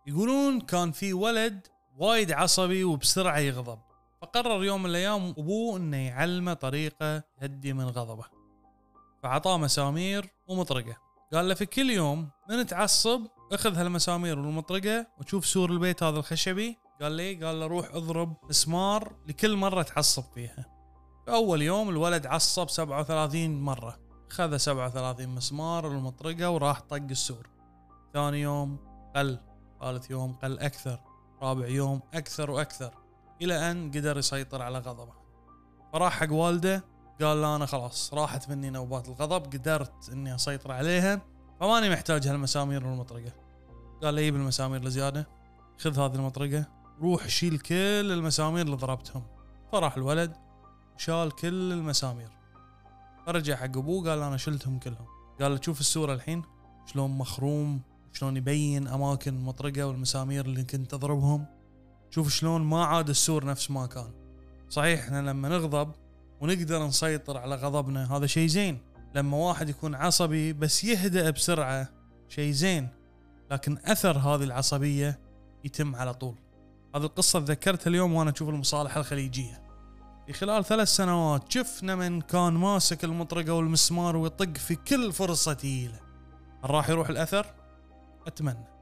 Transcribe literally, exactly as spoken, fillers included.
يقولون كان في ولد وايد عصبي وبسرعة يغضب، فقرر يوم من الأيام أبوه إنه يعلمه طريقة يهدي من غضبه، فعطاه مسامير ومطرقة. قال له في كل يوم من تعصب اخذ هالمسامير والمطرقة وتشوف سور البيت هذا الخشبي. قال لي قال له روح اضرب مسمار لكل مرة تعصب فيها. فأول يوم الولد عصب سبعة وثلاثين مرة، خذ سبعة وثلاثين مسمار والمطرقة وراح طق السور. ثاني يوم قل، ثالث يوم قل أكثر، رابع يوم أكثر وأكثر، إلى أن قدر يسيطر على غضبه. فراح حق والده قال لا أنا خلاص راحت مني نوبات الغضب، قدرت إني أسيطر عليها، فماني محتاج هالمسامير والمطرقة. قال لي بالمسامير الزيادة، خذ هذه المطرقة روح شيل كل المسامير اللي ضربتهم. فراح الولد شال كل المسامير، فرجع حق أبوه قال أنا شلتهم كلهم. قال له تشوف السورة الحين شلون مخروم، شلون يبين أماكن المطرقة والمسامير اللي كنت أضربهم، شوف شلون ما عاد السور نفس ما كان. صحيح احنا لما نغضب ونقدر نسيطر على غضبنا هذا شيء زين، لما واحد يكون عصبي بس يهدأ بسرعة شيء زين، لكن أثر هذه العصبية يتم على طول. هذه القصة تذكرتها اليوم وأنا أشوف المصالحة الخليجية. في خلال ثلاث سنوات شفنا من كان ماسك المطرقة والمسمار ويطق في كل فرصة تجيله، راح يروح الأثر؟ أتمنى.